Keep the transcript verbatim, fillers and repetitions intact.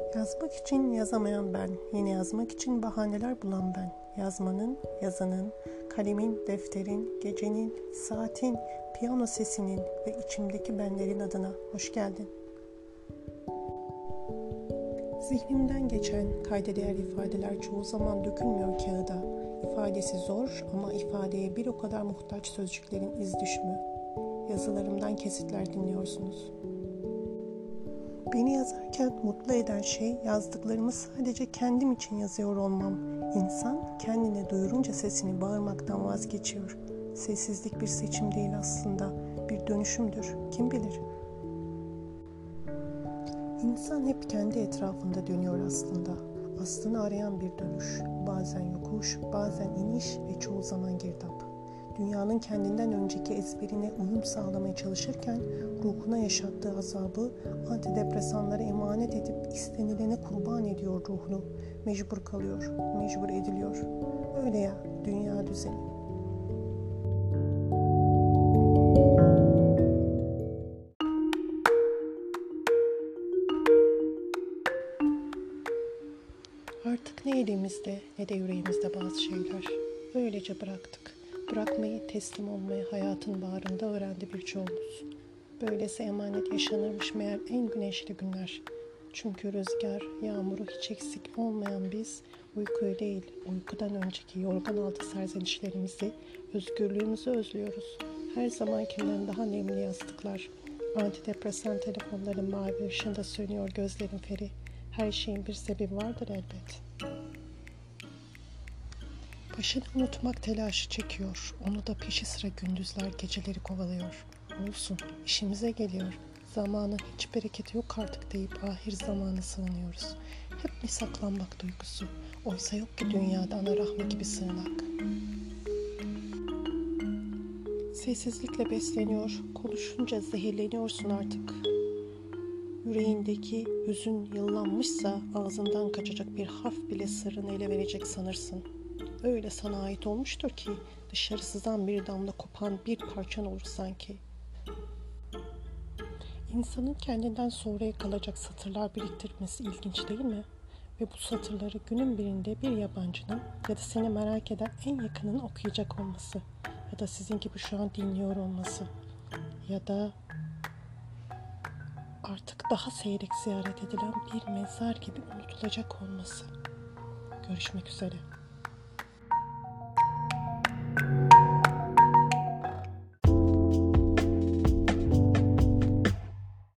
Yazmak için yazamayan ben, yine yazmak için bahaneler bulan ben. Yazmanın, yazanın, kalemin, defterin, gecenin, saatin, piyano sesinin ve içimdeki benlerin adına hoş geldin. Zihnimden geçen kayda değer ifadeler çoğu zaman dökülmüyor kağıda. İfadesi zor ama ifadeye bir o kadar muhtaç sözcüklerin iz düşümü. Yazılarımdan kesitler dinliyorsunuz. Beni yazarken mutlu eden şey yazdıklarımı sadece kendim için yazıyor olmam. İnsan kendine duyurunca sesini bağırmaktan vazgeçiyor. Sessizlik bir seçim değil aslında, bir dönüşümdür. Kim bilir? İnsan hep kendi etrafında dönüyor aslında. Aslını arayan bir dönüş. Bazen yokuş, bazen iniş ve çoğu zaman girdap. Dünyanın kendinden önceki ezberine uyum sağlamaya çalışırken ruhuna yaşattığı azabı antidepresanlara emanet edip istenilene kurban ediyor ruhunu. Mecbur kalıyor, mecbur ediliyor. Öyle ya, dünya düzeni. Artık ne elimizde ne de yüreğimizde bazı şeyler. Öylece bıraktık. Bırakmayı, teslim olmayı hayatın bağrında öğrendi birçoğumuz. Böylesi emanet yaşanırmış meğer en güneşli günler. Çünkü rüzgar, yağmuru hiç eksik olmayan biz, uykuyu değil, uykudan önceki yorgan altı serzenişlerimizi, özgürlüğümüzü özlüyoruz. Her zamankinden daha nemli yastıklar, antidepresan telefonların mavi ışığında sönüyor gözlerin feri. Her şeyin bir sebebi vardır elbet. Başını unutmak telaşı çekiyor. Onu da peşi sıra gündüzler geceleri kovalıyor. Olsun, işimize geliyor. Zamanın hiç bereketi yok artık deyip ahir zamana sığınıyoruz. Hep bir saklanmak duygusu. Oysa yok ki dünyada ana rahmi gibi sığınak. Sessizlikle besleniyor. Konuşunca zehirleniyorsun artık. Yüreğindeki hüzün yıllanmışsa ağzından kaçacak bir harf bile sırrını ele verecek sanırsın. Öyle sana ait olmuştur ki dışarı sızan bir damla kopan bir parçan olur sanki. İnsanın kendinden sonraya kalacak satırlar biriktirmesi ilginç değil mi? Ve bu satırları günün birinde bir yabancının ya da seni merak eden en yakının okuyacak olması ya da sizin gibi şu an dinliyor olması ya da artık daha seyrek ziyaret edilen bir mezar gibi unutulacak olması. Görüşmek üzere.